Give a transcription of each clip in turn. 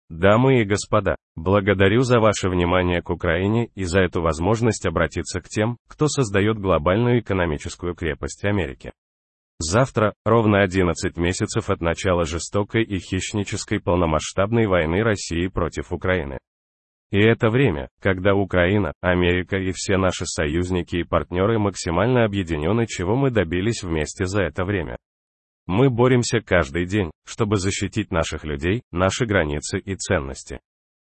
Дамы и господа, благодарю за ваше внимание к Украине и за эту возможность обратиться к тем, кто создает глобальную экономическую крепость Америки. Завтра, ровно 11 месяцев от начала жестокой и хищнической полномасштабной войны России против Украины. И это время, когда Украина, Америка и все наши союзники и партнеры максимально объединены, чего мы добились вместе за это время. Мы боремся каждый день, чтобы защитить наших людей, наши границы и ценности.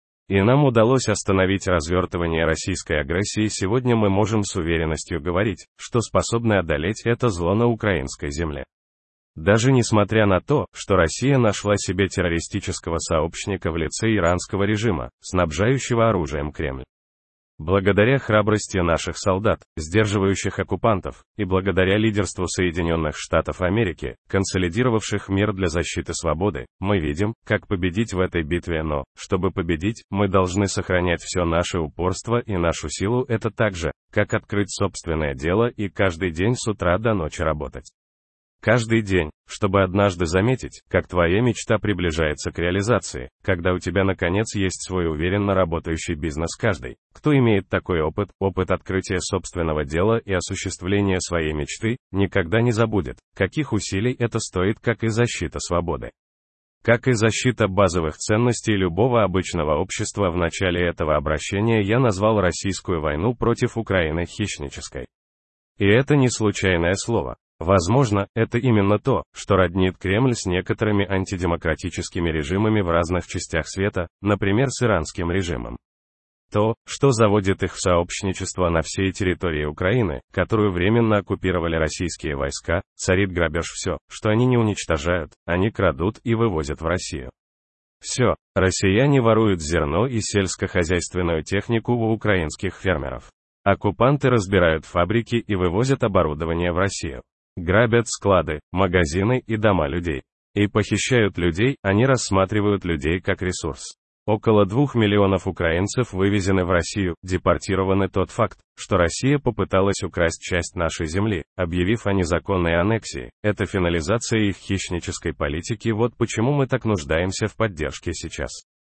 И нам удалось остановить развертывание российской агрессии. Сегодня мы можем с уверенностью говорить, что способны одолеть это зло на украинской земле. Даже несмотря на то, что Россия нашла себе террористического сообщника в лице иранского режима, снабжающего оружием Кремль. Благодаря храбрости наших солдат, сдерживающих оккупантов, и благодаря лидерству Соединенных Штатов Америки, консолидировавших мир для защиты свободы, мы видим, как победить в этой битве, но, чтобы победить, мы должны сохранять все наше упорство и нашу силу. Это так же, как открыть собственное дело и каждый день с утра до ночи работать. Каждый день, чтобы однажды заметить, как твоя мечта приближается к реализации, когда у тебя наконец есть свой уверенно работающий бизнес. Каждый, кто имеет такой опыт открытия собственного дела и осуществления своей мечты, никогда не забудет, каких усилий это стоит, как и защита свободы. Как и защита базовых ценностей любого обычного общества. В начале этого обращения я назвал российскую войну против Украины хищнической. И это не случайное слово. Возможно, это именно то, что роднит Кремль с некоторыми антидемократическими режимами в разных частях света, например, с иранским режимом. То, что заводит их в сообщничество на всей территории Украины, которую временно оккупировали российские войска, царит грабеж. Все, что они не уничтожают, они крадут и вывозят в Россию. Все, россияне воруют зерно и сельскохозяйственную технику у украинских фермеров. Оккупанты разбирают фабрики и вывозят оборудование в Россию. Грабят склады, магазины и дома людей. И похищают людей. Они рассматривают людей как ресурс. Около 2 миллионов украинцев вывезены в Россию, депортированы. Тот факт, что Россия попыталась украсть часть нашей земли, объявив о незаконной аннексии, это финализация их хищнической политики. Вот почему мы так нуждаемся в поддержке сейчас.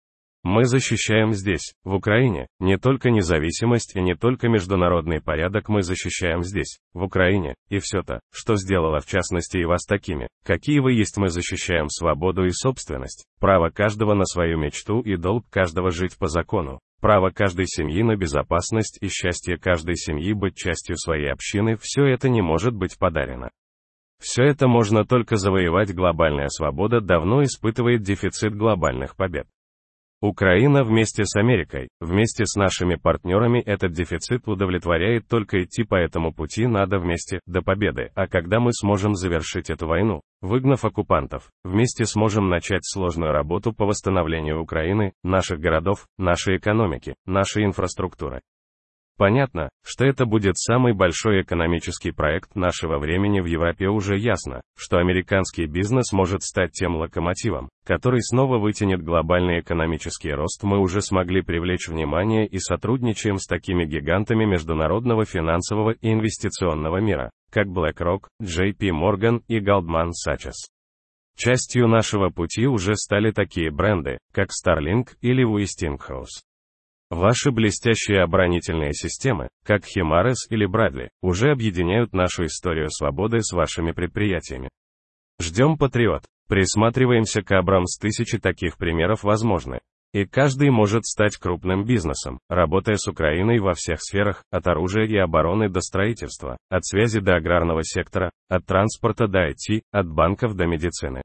Мы защищаем здесь, в Украине, не только независимость и не только международный порядок. Мы защищаем здесь, в Украине, и все то, что сделало в частности и вас такими, какие вы есть. Мы защищаем свободу и собственность, право каждого на свою мечту и долг каждого жить по закону, право каждой семьи на безопасность и счастье каждой семьи быть частью своей общины. Все это не может быть подарено. Все это можно только завоевать. Глобальная свобода давно испытывает дефицит глобальных побед. Украина вместе с Америкой, вместе с нашими партнерами этот дефицит удовлетворяет. Только идти по этому пути надо вместе, до победы. А когда мы сможем завершить эту войну, выгнав оккупантов, вместе сможем начать сложную работу по восстановлению Украины, наших городов, нашей экономики, нашей инфраструктуры. Понятно, что это будет самый большой экономический проект нашего времени в Европе. Уже ясно, что американский бизнес может стать тем локомотивом, который снова вытянет глобальный экономический рост. Мы уже смогли привлечь внимание и сотрудничаем с такими гигантами международного финансового и инвестиционного мира, как BlackRock, JP Morgan и Goldman Sachs. Частью нашего пути уже стали такие бренды, как Starlink или Westinghouse. Ваши блестящие оборонительные системы, как HIMARS или Bradley, уже объединяют нашу историю свободы с вашими предприятиями. Ждем Патриот. Присматриваемся к Абрамс. Тысячи таких примеров возможны. И каждый может стать крупным бизнесом, работая с Украиной во всех сферах, от оружия и обороны до строительства, от связи до аграрного сектора, от транспорта до IT, от банков до медицины.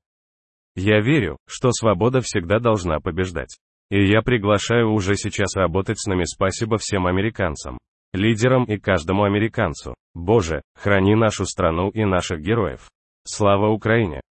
Я верю, что свобода всегда должна побеждать. И я приглашаю уже сейчас работать с нами. Спасибо всем американцам, лидерам и каждому американцу. Боже, храни нашу страну и наших героев. Слава Украине!